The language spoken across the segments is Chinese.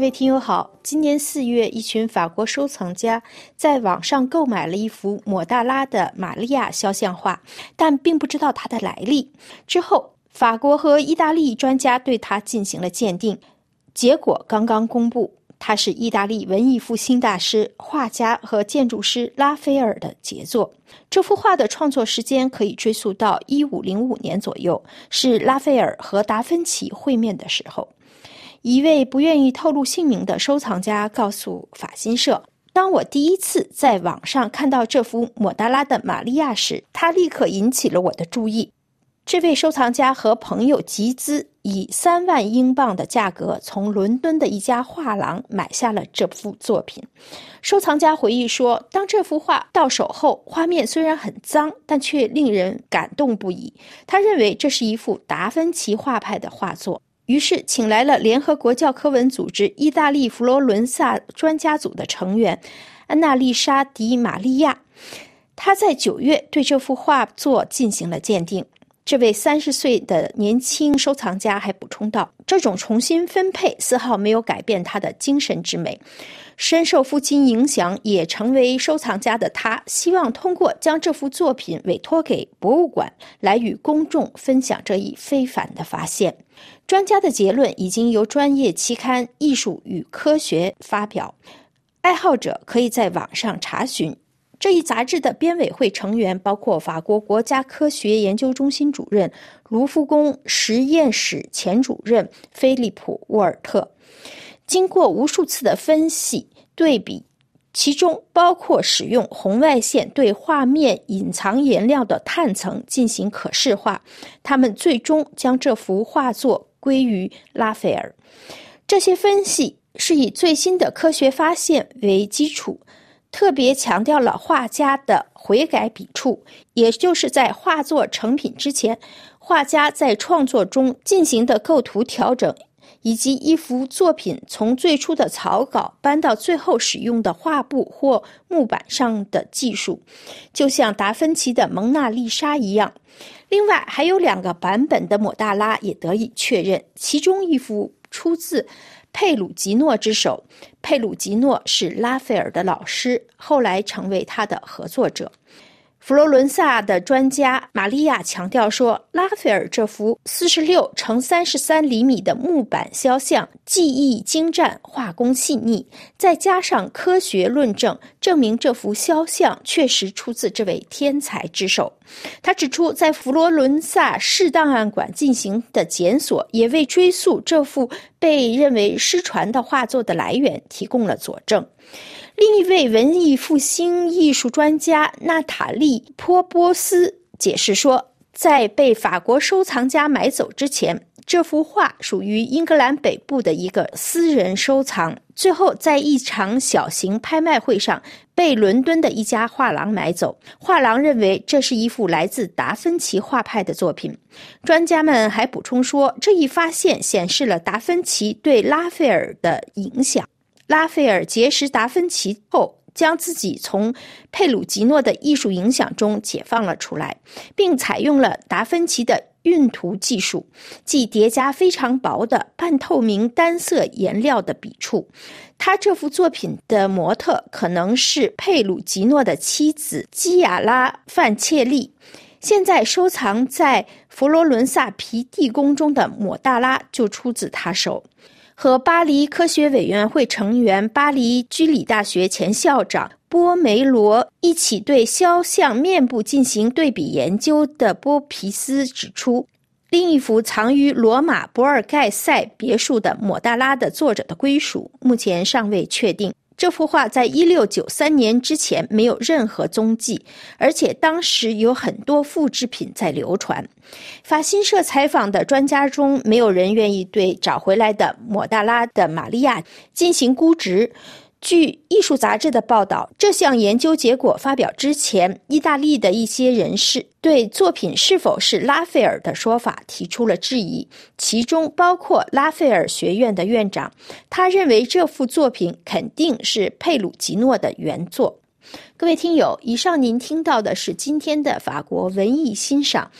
位听友好，今年4月，一群法国收藏家在网上购买了一幅抹大拉的玛利亚肖像画，但并不知道它的来历。之后，法国和意大利专家对它进行了鉴定，结果刚刚公布，它是意大利文艺复兴大师、画家和建筑师拉斐尔的杰作。这幅画的创作时间可以追溯到1505年左右，是拉斐尔和达芬奇会面的时候。一位不愿意透露姓名的收藏家告诉法新社，当我第一次在网上看到这幅抹大拉的玛利亚时，它立刻引起了我的注意。这位收藏家和朋友集资，以3万英镑的价格从伦敦的一家画廊买下了这幅作品。收藏家回忆说，当这幅画到手后，画面虽然很脏，但却令人感动不已。他认为这是一幅达芬奇画派的画作，于是请来了联合国教科文组织意大利佛罗伦萨专家组的成员安娜丽莎·迪玛利亚。他在9月对这幅画作进行了鉴定。这位30岁的年轻收藏家还补充道，这种重新分配丝毫没有改变他的精神之美。深受父亲影响也成为收藏家的他，希望通过将这幅作品委托给博物馆，来与公众分享这一非凡的发现。专家的结论已经由专业期刊《艺术与科学》发表，爱好者可以在网上查询。这一杂志的编委会成员包括法国国家科学研究中心主任、卢浮宫实验室前主任菲利普·沃尔特。经过无数次的分析对比，其中包括使用红外线对画面隐藏颜料的碳层进行可视化，他们最终将这幅画作归于拉斐尔。这些分析是以最新的科学发现为基础，特别强调了画家的悔改笔触，也就是在画作成品之前，画家在创作中进行的构图调整，以及一幅作品从最初的草稿搬到最后使用的画布或木板上的技术，就像达芬奇的蒙娜丽莎一样。另外还有2个版本的抹大拉也得以确认，其中一幅出自佩鲁吉诺之手，佩鲁吉诺是拉斐尔的老师，后来成为他的合作者。佛罗伦萨的专家玛利亚强调说，拉斐尔这幅46乘33厘米的木板肖像技艺精湛，画工细腻，再加上科学论证，证明这幅肖像确实出自这位天才之手。他指出，在佛罗伦萨市档案馆进行的检索，也为追溯这幅被认为失传的画作的来源提供了佐证。另一位文艺复兴艺术专家娜塔莉·波波斯解释说，在被法国收藏家买走之前，这幅画属于英格兰北部的一个私人收藏，最后在一场小型拍卖会上被伦敦的一家画廊买走。画廊认为这是一幅来自达芬奇画派的作品。专家们还补充说，这一发现显示了达芬奇对拉斐尔的影响。拉斐尔结识达芬奇后，将自己从佩鲁吉诺的艺术影响中解放了出来，并采用了达芬奇的晕涂技术，即叠加非常薄的半透明单色颜料的笔触。他这幅作品的模特可能是佩鲁吉诺的妻子基亚拉·范切利。现在收藏在佛罗伦萨皮蒂宫中的抹大拉就出自他手。和巴黎科学委员会成员、巴黎居里大学前校长波梅罗一起对肖像面部进行对比研究的波皮斯指出，另一幅藏于罗马博尔盖塞别墅的抹大拉的作者的归属目前尚未确定。这幅画在1693年之前没有任何踪迹，而且当时有很多复制品在流传。法新社采访的专家中，没有人愿意对找回来的抹大拉的玛利亚进行估值。据艺术杂志的报道，这项研究结果发表之前，意大利的一些人士对作品是否是拉斐尔的说法提出了质疑，其中包括拉斐尔学院的院长，他认为这幅作品肯定是佩鲁吉诺的原作。各位听友，以上您听到的是今天的法国文艺欣赏。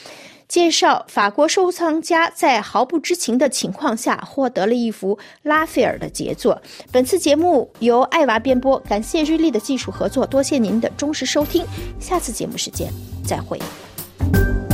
介绍法国收藏家在毫不知情的情况下获得了一幅拉斐尔的杰作。本次节目由艾娃编播，感谢瑞丽的技术合作，多谢您的忠实收听，下次节目时间再会。